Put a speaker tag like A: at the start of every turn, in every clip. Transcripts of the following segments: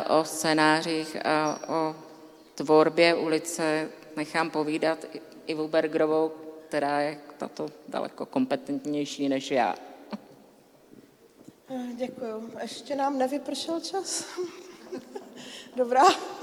A: o scénářích a o tvorbě ulice nechám povídat Ivu Bergerovou, která je na to daleko kompetentnější než já.
B: Děkuju. Ještě nám nevypršel čas. Dobrá.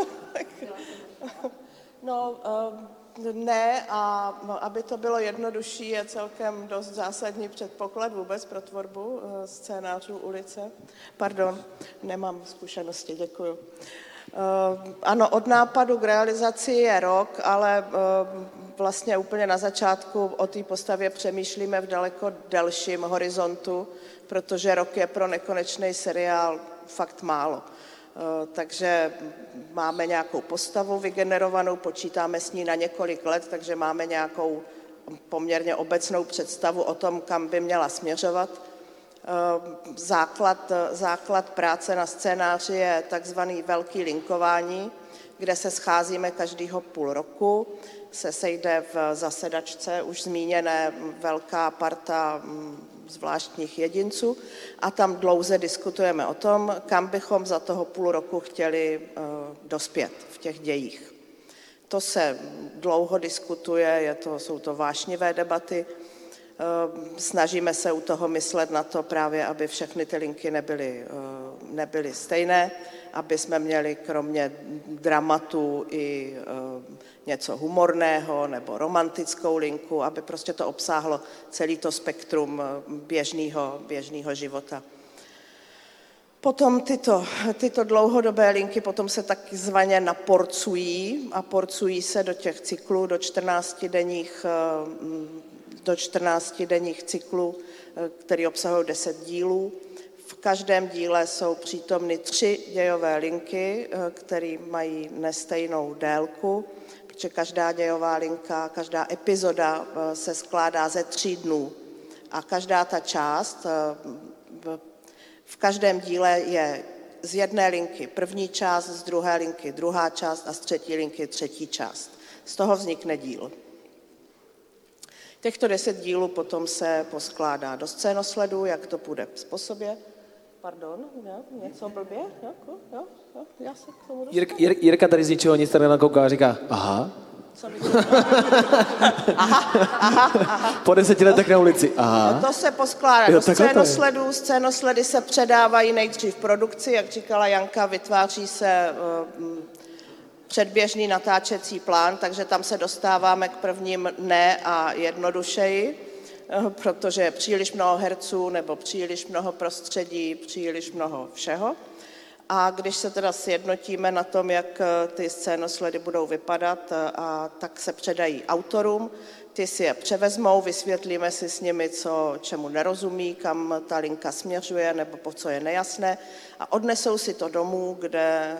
B: No, ne, a aby to bylo jednodušší, je celkem dost zásadní předpoklad vůbec pro tvorbu scénářů ulice. Pardon, nemám zkušenosti, děkuju. Ano, od nápadu k realizaci je rok, ale vlastně úplně na začátku o té postavě přemýšlíme v daleko delším horizontu, protože rok je pro nekonečný seriál fakt málo. Takže máme nějakou postavu vygenerovanou, počítáme s ní na několik let, takže máme nějakou poměrně obecnou představu o tom, kam by měla směřovat. Základ práce na scénáři je takzvaný velký linkování, kde se scházíme každýho půl roku, se sejde v zasedačce už zmíněné velká parta zvláštních jedinců a tam dlouze diskutujeme o tom, kam bychom za toho půl roku chtěli dospět v těch dějích. To se dlouho diskutuje, jsou to vášnivé debaty, snažíme se u toho myslet na to právě, aby všechny ty linky nebyly stejné, aby jsme měli kromě dramatu i něco humorného nebo romantickou linku, aby prostě to obsáhlo celé to spektrum běžného života. Potom tyto dlouhodobé linky potom se takzvaně naporcují a porcují se do těch cyklů, do 14denních cyklů, který obsahují 10 dílů. V každém díle jsou přítomny 3 dějové linky, které mají nestejnou délku, protože každá dějová linka, každá epizoda se skládá ze 3 dnů. A každá ta část, v každém díle je z jedné linky první část, z druhé linky druhá část a z třetí linky třetí část. Z toho vznikne díl. Těchto 10 dílů potom se poskládá do scénosledu, jak to půjde po sobě. Pardon, něco blbě? Jo, já se k tomu dostanu.
C: Jirka tady z ničeho nic tady nakouká a říká, aha.
B: Aha.
C: Po 10 letech na ulici, aha.
B: No to se poskládá do scénosledu. Scénosledy se předávají nejdřív v produkci, jak říkala Janka, vytváří se předběžný natáčecí plán, takže tam se dostáváme k prvním ne a jednodušeji, protože je příliš mnoho herců nebo příliš mnoho prostředí, příliš mnoho všeho. A když se teda sjednotíme na tom, jak ty scénosledy budou vypadat, tak se předají autorům, ty si je převezmou, vysvětlíme si s nimi, čemu nerozumí, kam ta linka směřuje nebo po co je nejasné a odnesou si to domů, kde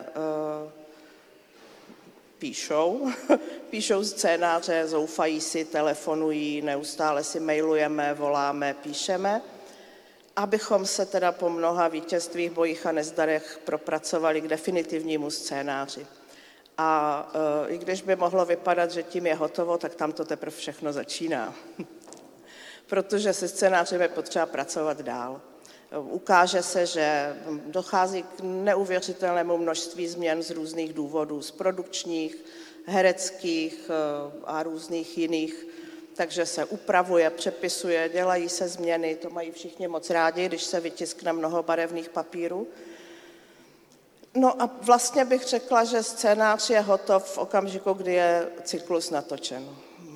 B: píšou scénáře, zoufají si, telefonují, neustále si mailujeme, voláme, píšeme, abychom se teda po mnoha vítězstvích, bojích a nezdarech propracovali k definitivnímu scénáři. A i když by mohlo vypadat, že tím je hotovo, tak tam to teprve všechno začíná. Protože se scénářem je potřeba pracovat dál. Ukáže se, že dochází k neuvěřitelnému množství změn z různých důvodů, z produkčních, hereckých a různých jiných, takže se upravuje, přepisuje, dělají se změny, to mají všichni moc rádi, když se vytiskne mnoho barevných papírů. No a vlastně bych řekla, že scénář je hotov v okamžiku, kdy je cyklus natočen.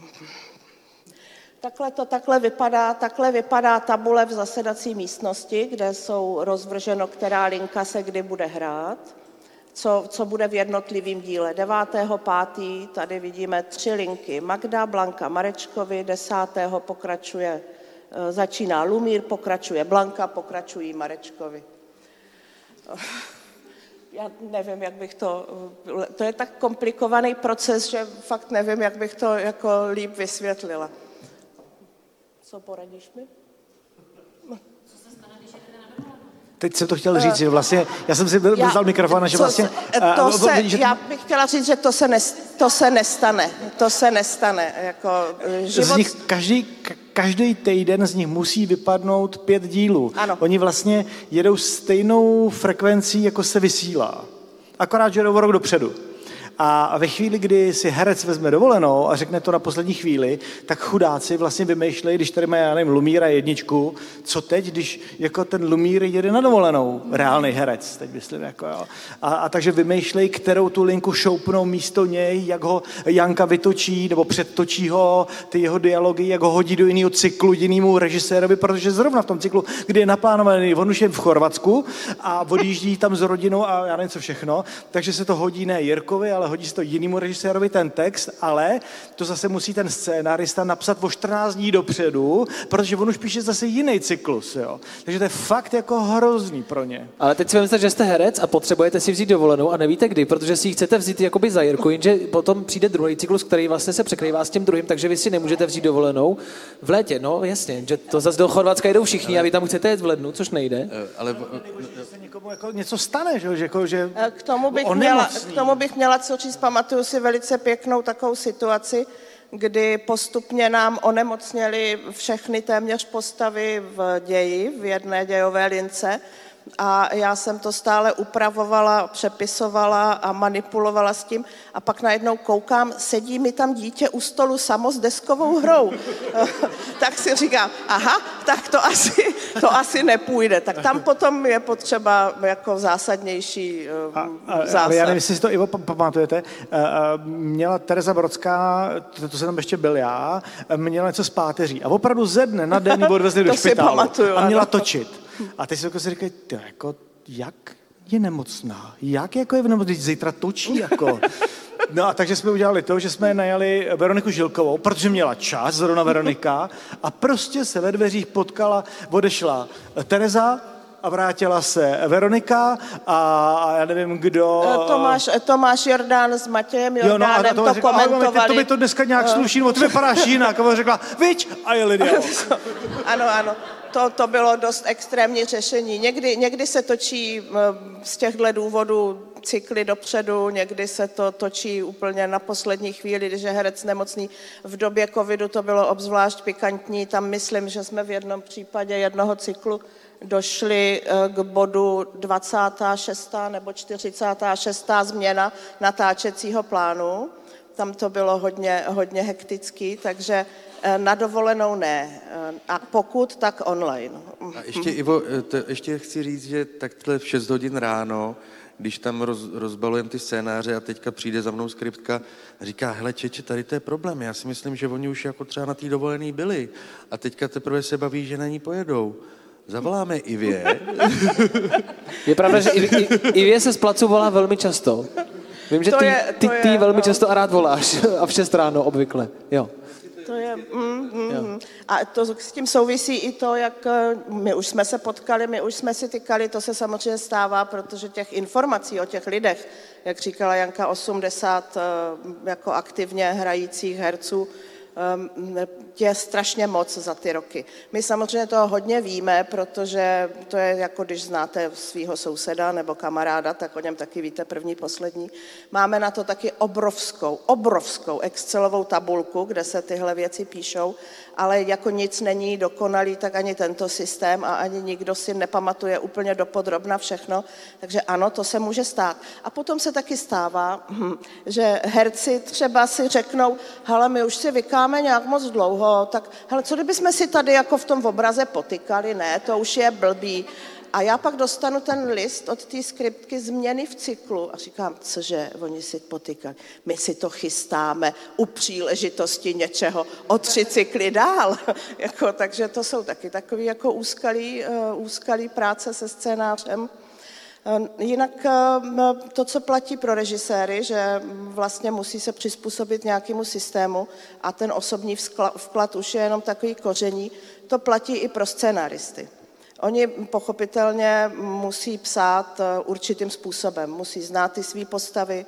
B: Takhle vypadá tabule v zasedací místnosti, kde jsou rozvrženo, která linka se kdy bude hrát, co bude v jednotlivém díle. 9.5. tady vidíme 3 linky. Magda, Blanka, Marečkovi, 10. začíná Lumír, pokračuje Blanka, pokračují Marečkovi. Já nevím, jak bych to je tak komplikovaný proces, že fakt nevím, jak bych to jako líp vysvětlila. Co poradíš mi?
A: Co se stane, když jedete na dovolenou?
C: Teď jsem to chtěl říct, že vlastně, já jsem si vzal mikrofon a že vlastně...
B: Já bych chtěla říct, že to se nestane. To se nestane. Jako život...
C: Z nich každý týden z nich musí vypadnout 5 dílů.
B: Ano.
C: Oni vlastně jedou stejnou frekvencí, jako se vysílá. Akorát, že jdou o rok dopředu. A ve chvíli, kdy si herec vezme dovolenou a řekne to na poslední chvíli, tak chudáci vlastně vymýšlejí, když tady mají, já nevím, Lumíra jedničku, co teď, když jako ten Lumír jede na dovolenou, reálný herec, teď myslím, jako jo. A takže vymýšlejí, kterou tu linku šoupnou místo něj, jak ho Janka vytočí, nebo předtočí ho, ty jeho dialogy, jak ho hodí do jiného cyklu, jinému režisérovi, protože zrovna v tom cyklu, kdy je naplánovaný, on už je v Chorvatsku a odjíždí tam s rodinou a já nevím co všechno, takže se to hodí ne Jirkovi, ale hodí se to jinému režisérovi ten text, ale to zase musí ten scénárista napsat o 14 dní dopředu, protože on už píše zase jiný cyklus, jo. Takže to je fakt jako hrozný pro ně.
D: Ale teď si vemte, že jste herec a potřebujete si vzít dovolenou a nevíte kdy, protože si ji chcete vzít jakoby za Jirku, jenže potom přijde druhý cyklus, který vlastně se překrývá s tím druhým, takže vy si nemůžete vzít dovolenou v létě, no jasně, že to zase do Chorvatska jdou všichni a vy tam chcete jet v lednu, což nejde.
C: Ale se někomu jako něco stane, že
B: K tomu bych měla co říct. Pamatuju si velice pěknou takovou situaci, kdy postupně nám onemocněly všechny téměř postavy v ději, v jedné dějové lince a já jsem to stále upravovala, přepisovala a manipulovala s tím a pak najednou koukám, sedí mi tam dítě u stolu samo s deskovou hrou. Tak si říkám, aha, tak to asi nepůjde. Tak tam potom je potřeba jako zásadnější zásah.
C: Ale já nevím, jestli si to, Ivo, pamatujete, měla Tereza Brodská, to jsem tam ještě byl já, měla něco s páteří a opravdu ze dne na den ji odvezli do špitálu a měla točit. A teď si říkají, jako, jak je nemocná? Jak jako je v nemocný? Zítra točí, jako. No a takže jsme udělali to, že jsme najali Veroniku Žilkovou, protože měla čas, zrovna Veronika, a prostě se ve dveřích potkala, odešla Tereza a vrátila se Veronika a já nevím kdo...
B: Tomáš Jordán s Matějem Jordánem to komentovali.
C: To by to dneska nějak sluší, nebo to vypadáš jinak. A on řekla, viď, a je Lidia.
B: Ano. To bylo dost extrémní řešení. Někdy se točí z těchto důvodů cykly dopředu, někdy se to točí úplně na poslední chvíli, když je herec nemocný. V době covidu to bylo obzvlášť pikantní. Tam myslím, že jsme v jednom případě jednoho cyklu došli k bodu 26. nebo 46. změna natáčecího plánu. Tam to bylo hodně hektický, takže na dovolenou ne. A pokud, tak online.
E: A ještě, Ivo, ještě chci říct, že takhle v 6 hodin ráno, když tam rozbalujeme ty scénáře a teďka přijde za mnou skriptka a říká, hele Čeče, tady to je problém, já si myslím, že oni už jako třeba na té dovolený byli a teďka teprve se baví, že na ní pojedou. Zavoláme Ivě.
D: Je pravda, že Ivě se z placu volá velmi často. Vím, že ty velmi často a rád voláš a v 6 ráno obvykle, jo.
B: To je, A to s tím souvisí i to, jak my už jsme se potkali, my už jsme si tykali, to se samozřejmě stává, protože těch informací o těch lidech, jak říkala Janka, 80 jako aktivně hrajících herců, je strašně moc za ty roky. My samozřejmě toho hodně víme, protože to je jako když znáte svého souseda nebo kamaráda, tak o něm taky víte první, poslední. Máme na to taky obrovskou Excelovou tabulku, kde se tyhle věci píšou, ale jako nic není dokonalý, tak ani tento systém a ani nikdo si nepamatuje úplně dopodrobna všechno, takže ano, to se může stát. A potom se taky stává, že herci třeba si řeknou, hele, my už si vykáme nějak moc dlouho, tak hele, co kdybychom si tady jako v tom obraze potykali, ne, to už je blbý. A já pak dostanu ten list od té skriptky změny v cyklu a říkám, cože, oni si potykali. My si to chystáme u příležitosti něčeho o 3 cykly dál. Takže to jsou taky takový jako úskalý práce se scénářem. Jinak to, co platí pro režiséry, že vlastně musí se přizpůsobit nějakému systému a ten osobní vklad už je jenom takový koření, to platí i pro scenáristy. Oni pochopitelně musí psát určitým způsobem, musí znát ty své postavy,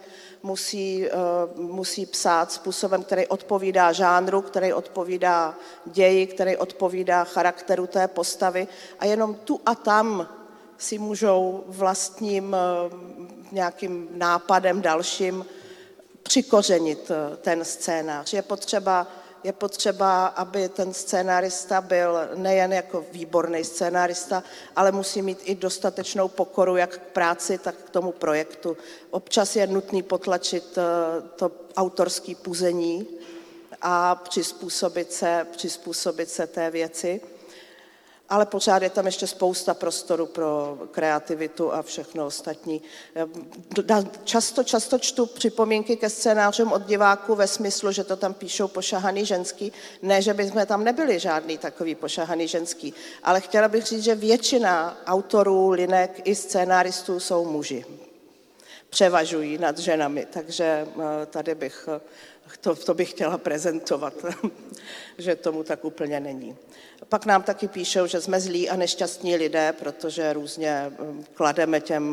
B: musí psát způsobem, který odpovídá žánru, který odpovídá ději, který odpovídá charakteru té postavy a jenom tu a tam si můžou vlastním nějakým nápadem dalším přikořenit ten scénář. Je potřeba je potřeba, aby ten scénárista byl nejen jako výborný scénárista, ale musí mít i dostatečnou pokoru jak k práci, tak k tomu projektu. Občas je nutný potlačit to autorské puzení a přizpůsobit se té věci. Ale pořád je tam ještě spousta prostoru pro kreativitu a všechno ostatní. Často čtu připomínky ke scénářům od diváků ve smyslu, že to tam píšou pošahaný ženský. Ne, že bychom tam nebyli žádný takový pošahaný ženský, ale chtěla bych říct, že většina autorů, linek i scénáristů jsou muži. Převažují nad ženami, takže tady bych to bych chtěla prezentovat, že tomu tak úplně není. Pak nám taky píšou, že jsme zlí a nešťastní lidé, protože různě klademe těm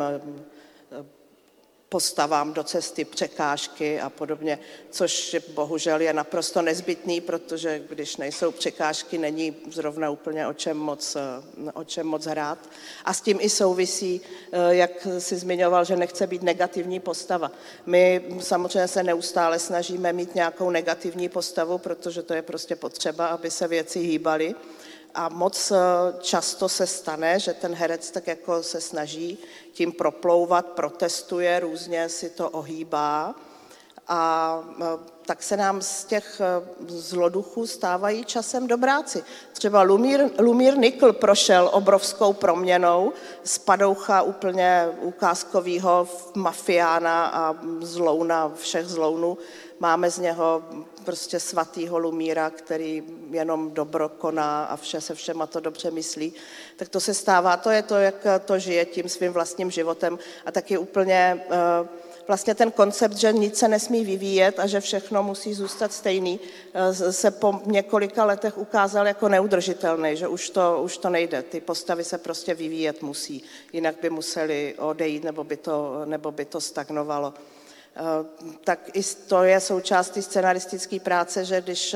B: postavám do cesty překážky a podobně, což bohužel je naprosto nezbytný, protože když nejsou překážky, není zrovna úplně o čem moc hrát. A s tím i souvisí, jak si zmiňoval, že nechce být negativní postava. My samozřejmě se neustále snažíme mít nějakou negativní postavu, protože to je prostě potřeba, aby se věci hýbaly. A moc často se stane, že ten herec tak jako se snaží tím proplouvat, protestuje, různě si to ohýbá a tak se nám z těch zloduchů stávají časem dobráci. Třeba Lumír Nikl prošel obrovskou proměnou z padoucha úplně ukázkovýho mafiána a zlouna, všech zlounů. Máme z něho prostě svatýho Lumíra, který jenom dobro koná a vše se všema to dobře myslí. Tak to se stává, to je to, jak to žije tím svým vlastním životem a taky úplně vlastně ten koncept, že nic se nesmí vyvíjet a že všechno musí zůstat stejný, se po několika letech ukázal jako neudržitelný, že už to nejde. Ty postavy se prostě vyvíjet musí, jinak by museli odejít nebo by to stagnovalo. Tak i to je součástí scenaristické práce, že když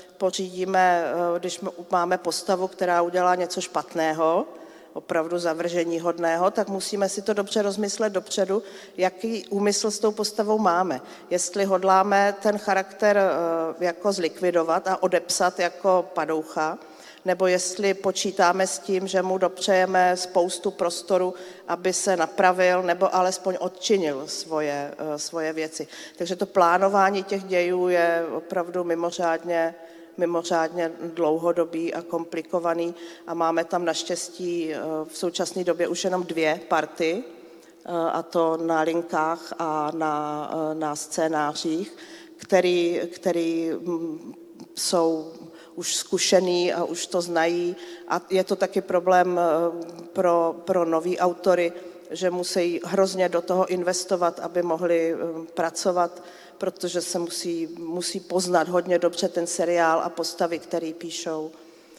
B: máme postavu, která udělá něco špatného, opravdu zavrženíhodného, tak musíme si to dobře rozmyslet dopředu, jaký úmysl s tou postavou máme. Jestli hodláme ten charakter jako zlikvidovat a odepsat jako padoucha, nebo jestli počítáme s tím, že mu dopřejeme spoustu prostoru, aby se napravil nebo alespoň odčinil svoje věci. Takže to plánování těch dějů je opravdu mimořádně dlouhodobý a komplikovaný a máme tam naštěstí v současné době už jenom 2 party, a to na linkách a na scénářích, který jsou už zkušený a už to znají a je to taky problém pro nový autory, že musí hrozně do toho investovat, aby mohli pracovat, protože se musí poznat hodně dobře ten seriál a postavy, který píšou.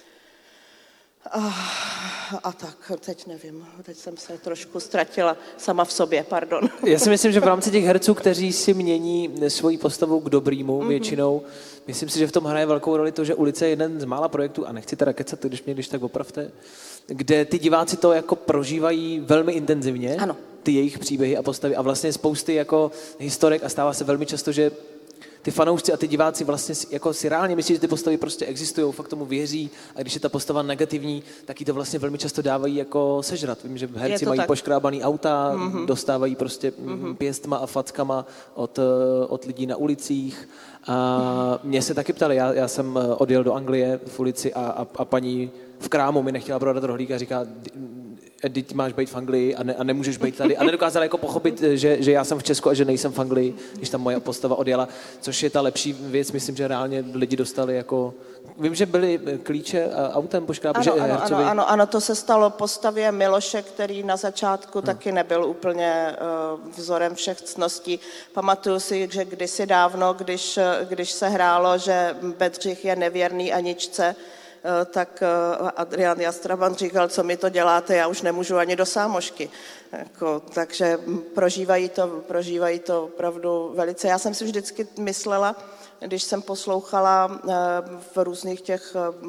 B: A tak, teď nevím, teď jsem se trošku ztratila sama v sobě, pardon.
D: Já si myslím, že v rámci těch herců, kteří si mění svoji postavu k dobrýmu většinou, myslím si, že v tom hraje velkou roli to, že Ulice je jeden z mála projektů, a nechci teda kecat, když tak opravte, kde ty diváci to jako prožívají velmi intenzivně, ano. Ty jejich příběhy a postavy a vlastně spousty jako historek a stává se velmi často, že ty fanoušci a ty diváci vlastně jako si reálně myslí, že ty postavy prostě existují, fakt tomu věří a když je ta postava negativní, tak jí to vlastně velmi často dávají jako sežrat. Vím, že herci mají poškrábaný auta, dostávají prostě pěstma a fackama od lidí na ulicích a mě se taky ptali, já jsem odjel do Anglie v ulici a paní v krámu mi nechtěla prodat rohlík a říká, teď máš být v Anglii a nemůžeš být tady. A nedokázala jako pochopit, že já jsem v Česku a že nejsem v Anglii, když tam moje postava odjela, což je ta lepší věc. Myslím, že reálně lidi dostali jako... Vím, že byly klíče autem poškrábat.
B: Ano, to se stalo postavě Miloše, který na začátku taky nebyl úplně vzorem všech ctností. Pamatuju si, že kdysi dávno, když se hrálo, že Bedřich je nevěrný Aničce, tak Adrián Jastraban říkal, co mi to děláte, já už nemůžu ani do sámošky. Takže prožívají to opravdu velice. Já jsem si vždycky myslela, když jsem poslouchala v různých těch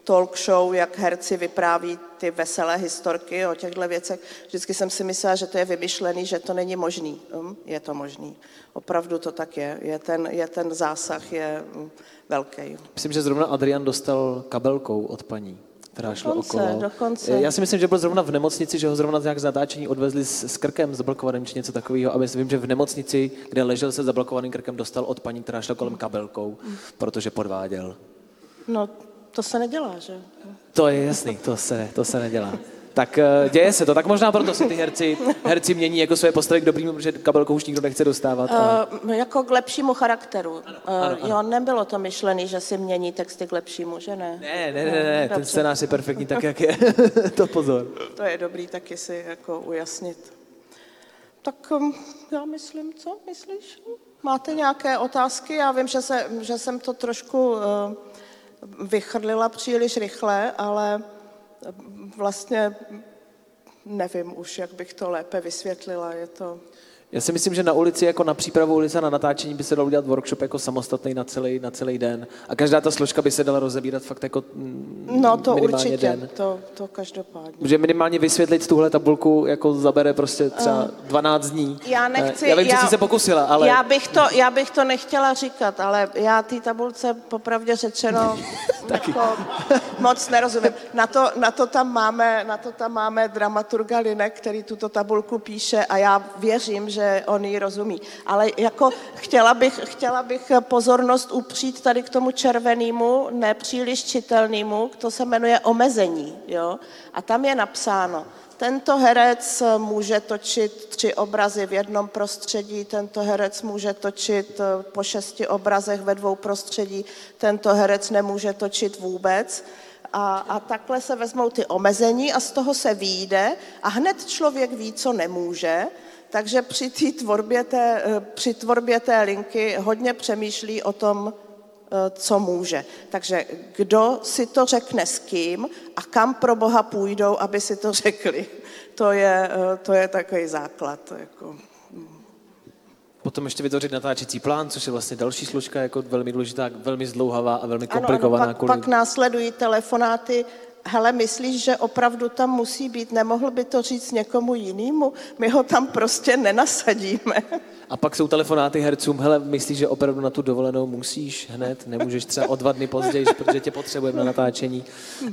B: talk show, jak herci vypráví ty veselé historky o těchto věcech. Vždycky jsem si myslela, že to je vymyšlený, že to není možný. Je to možný. Opravdu to tak je. Ten zásah je velký.
D: Myslím, že zrovna Adrian dostal kabelkou od paní, která šla okolo.
B: Dokonce.
D: Já si myslím, že byl zrovna v nemocnici, že ho zrovna nějak z natáčení odvezli s krkem zablokovaným či něco takového. A vím, že v nemocnici, kde ležel se zablokovaným krkem, dostal od paní, která šla kolem kabelkou, protože podváděl.
B: No, to se nedělá, že?
D: To je jasný, to se nedělá. Tak děje se to, tak možná proto si ty herci mění jako své postavy k dobrýmu, protože kabelkou už nikdo nechce dostávat.
B: Jako k lepšímu charakteru. Ano. Jo, nebylo to myšlený, že si mění texty k lepšímu, že ne?
D: Ne, ten scénář je perfektní tak, jak je. To pozor.
B: To je dobrý taky si jako ujasnit. Tak já myslím, co myslíš? Máte nějaké otázky? Já vím, že jsem to trošku vychrlila příliš rychle, ale vlastně nevím už, jak bych to lépe vysvětlila. Je to...
D: Já si myslím, že na ulici, jako na přípravu ulice a na natáčení by se dal udělat workshop jako samostatný na celý den. A každá ta složka by se dala rozebírat fakt jako
B: no to určitě,
D: den.
B: To každopádně.
D: Protože minimálně vysvětlit tuhle tabulku jako zabere prostě třeba 12 dní.
B: Já nechci...
D: Já vím, že jsi se pokusila, ale...
B: Já bych to nechtěla říkat, ale já té tabulce popravdě řečeno jako moc nerozumím. Na to tam máme dramaturga Linek, který tuto tabulku píše a já věřím, že on ji rozumí. Ale jako chtěla bych pozornost upřít tady k tomu červenému, nepříliš čitelnému, to se jmenuje omezení. Jo? A tam je napsáno, tento herec může točit 3 obrazy v jednom prostředí, tento herec může točit po 6 obrazech ve 2 prostředí, tento herec nemůže točit vůbec. A takhle se vezmou ty omezení a z toho se vyjde a hned člověk ví, co nemůže. Takže při tvorbě té linky hodně přemýšlí o tom, co může. Takže kdo si to řekne s kým a kam pro Boha půjdou, aby si to řekli. To je takový základ. Jako.
D: Potom ještě vytvořit natáčecí plán, což je vlastně další složka, jako velmi důležitá, velmi zdlouhavá a velmi komplikovaná.
B: Ano, pak následují telefonáty. Hele, myslíš, že opravdu tam musí být? Nemohl by to říct někomu jinému? My ho tam prostě nenasadíme.
D: A pak jsou telefonáty hercům. Hele, myslíš, že opravdu na tu dovolenou musíš hned? Nemůžeš třeba o 2 dny později, protože tě potřebujeme na natáčení.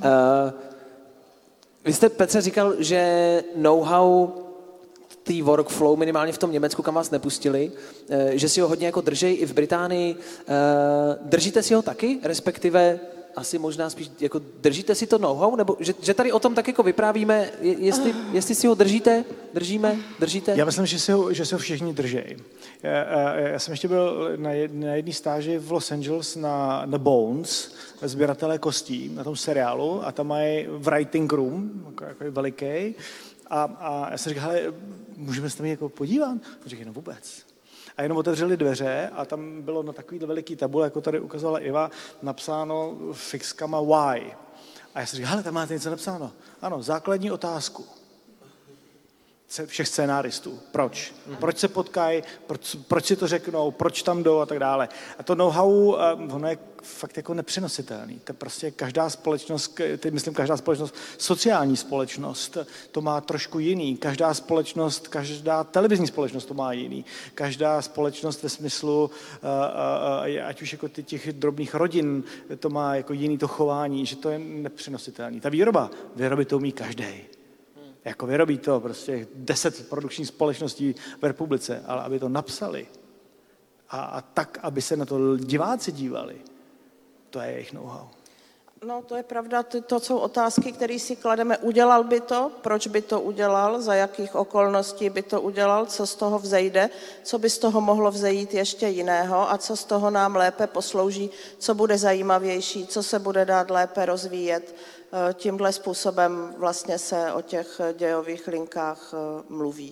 D: Vy jste, Petře, říkal, že know-how tý workflow, minimálně v tom Německu, kam vás nepustili, že si ho hodně jako držej i v Británii. Držíte si ho taky? Respektive asi možná spíš jako držíte si to know-how? Nebo že tady o tom tak jako vyprávíme, jestli si ho držíte?
C: Já myslím, že se ho všichni držejí. Já jsem ještě byl na jedné stáži v Los Angeles na The Bones, ve sběratelé kostí, na tom seriálu, a tam mají writing room, jako veliký. A já jsem říkal, hele, můžeme se tam jako podívat? A říkali, no vůbec. A jenom otevřeli dveře a tam bylo na takovýhle veliký tabule, jako tady ukazovala Iva, napsáno fixkama why. A já jsem říkal, hele, tam máte něco napsáno. Ano, základní otázku všech scénáristů. Proč? Proč se potkají, proč si to řeknou, proč tam jdou a tak dále. A to know-how, ono je fakt jako nepřenositelný. To prostě každá společnost, každá společnost, sociální společnost, to má trošku jiný. Každá společnost, každá televizní společnost to má jiný. Každá společnost ve smyslu, ať už jako těch drobných rodin, to má jako jiný to chování, že to je nepřenositelný. Ta výroby to umí každej. Jako vyrobí to prostě 10 produkčních společností v republice, ale aby to napsali a tak, aby se na to diváci dívali, to je jejich know-how.
B: No, to je pravda, to jsou otázky, které si klademe. Udělal by to? Proč by to udělal? Za jakých okolností by to udělal? Co z toho vzejde? Co by z toho mohlo vzejít ještě jiného? A co z toho nám lépe poslouží? Co bude zajímavější? Co se bude dát lépe rozvíjet? Tímhle způsobem vlastně se o těch dějových linkách mluví.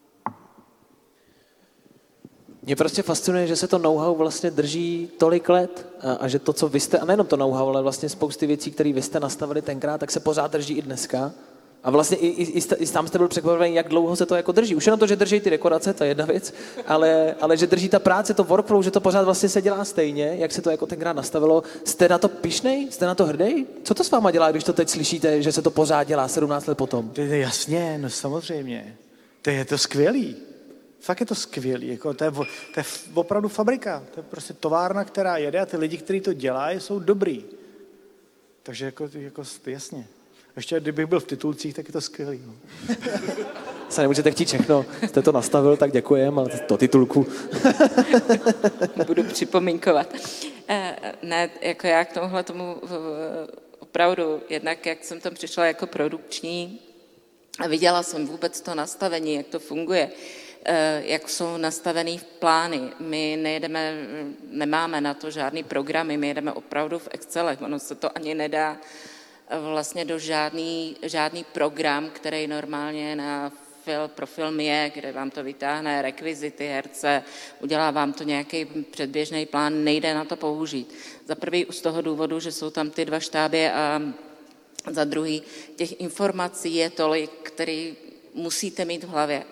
D: Mě prostě fascinuje, že se to know-how vlastně drží tolik let a že to, co vy jste, a nejenom to know-how, ale vlastně spousty věcí, které vy jste nastavili tenkrát, tak se pořád drží i dneska. A vlastně i tam jste byl překvapený, jak dlouho se to jako drží. Už jenom to, že drží ty dekorace, to je jedna věc, ale že drží ta práce, to workflow, že to pořád vlastně se dělá stejně, jak se to jako tenkrát nastavilo. Jste na to pyšnej? Jste na to hrdý? Co to s váma dělá, když to teď slyšíte, že se to pořád dělá 17 let potom?
C: To je jasně, no samozřejmě. To je to skvělý. Fakt je to skvělý. Jako, to je opravdu fabrika. To je prostě továrna, která jede a ty lidi, kteří to dělají, jsou dobrý. Takže jako jasně. Ještě kdybych byl v titulcích, tak je to skvělý. No.
D: Se nemůžete chtít všechno. Jste to nastavil, tak děkujem, ale to titulku.
A: Budu připomínkovat. Ne, jako já k tomuhle tomu opravdu, jednak jak jsem tam přišla jako produkční a viděla jsem vůbec to nastavení, jak to funguje, jak jsou nastavený plány. My nemáme na to žádný programy, my jedeme opravdu v Excelech. Ono se to ani nedá vlastně do žádný program, který normálně pro film je, kde vám to vytáhne rekvizity, herce, udělá vám to nějaký předběžný plán, nejde na to použít. Za prvý z toho důvodu, že jsou tam ty 2 štáby a za druhý těch informací je tolik, který musíte mít v hlavě.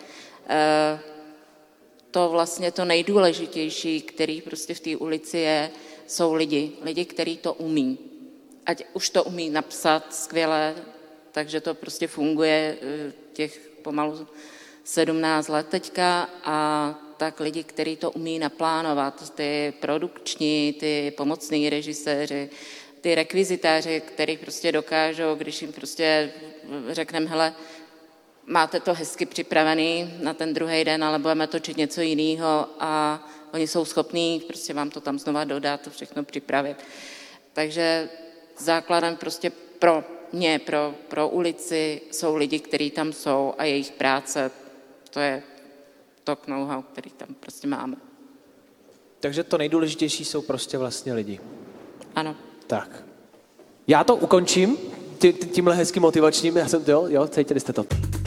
A: To vlastně to nejdůležitější, který prostě v té ulici je, jsou lidi, kteří to umí. Ať už to umí napsat skvěle, takže to prostě funguje těch pomalu 17 let teďka a tak lidi, kteří to umí naplánovat, ty produkční, ty pomocní režiséři, ty rekvizitáři, kteří prostě dokážou, když jim prostě řekneme, hele, máte to hezky připravený na ten druhý den, ale budeme točit něco jiného a oni jsou schopní prostě vám to tam znova dodat, to všechno připravit. Takže základem prostě pro mě, pro ulici jsou lidi, kteří tam jsou a jejich práce, to je to know-how, který tam prostě máme.
D: Takže to nejdůležitější jsou prostě vlastně lidi.
A: Ano.
D: Tak. Já to ukončím tímhle hezkým motivačním, jo, cítili jste to.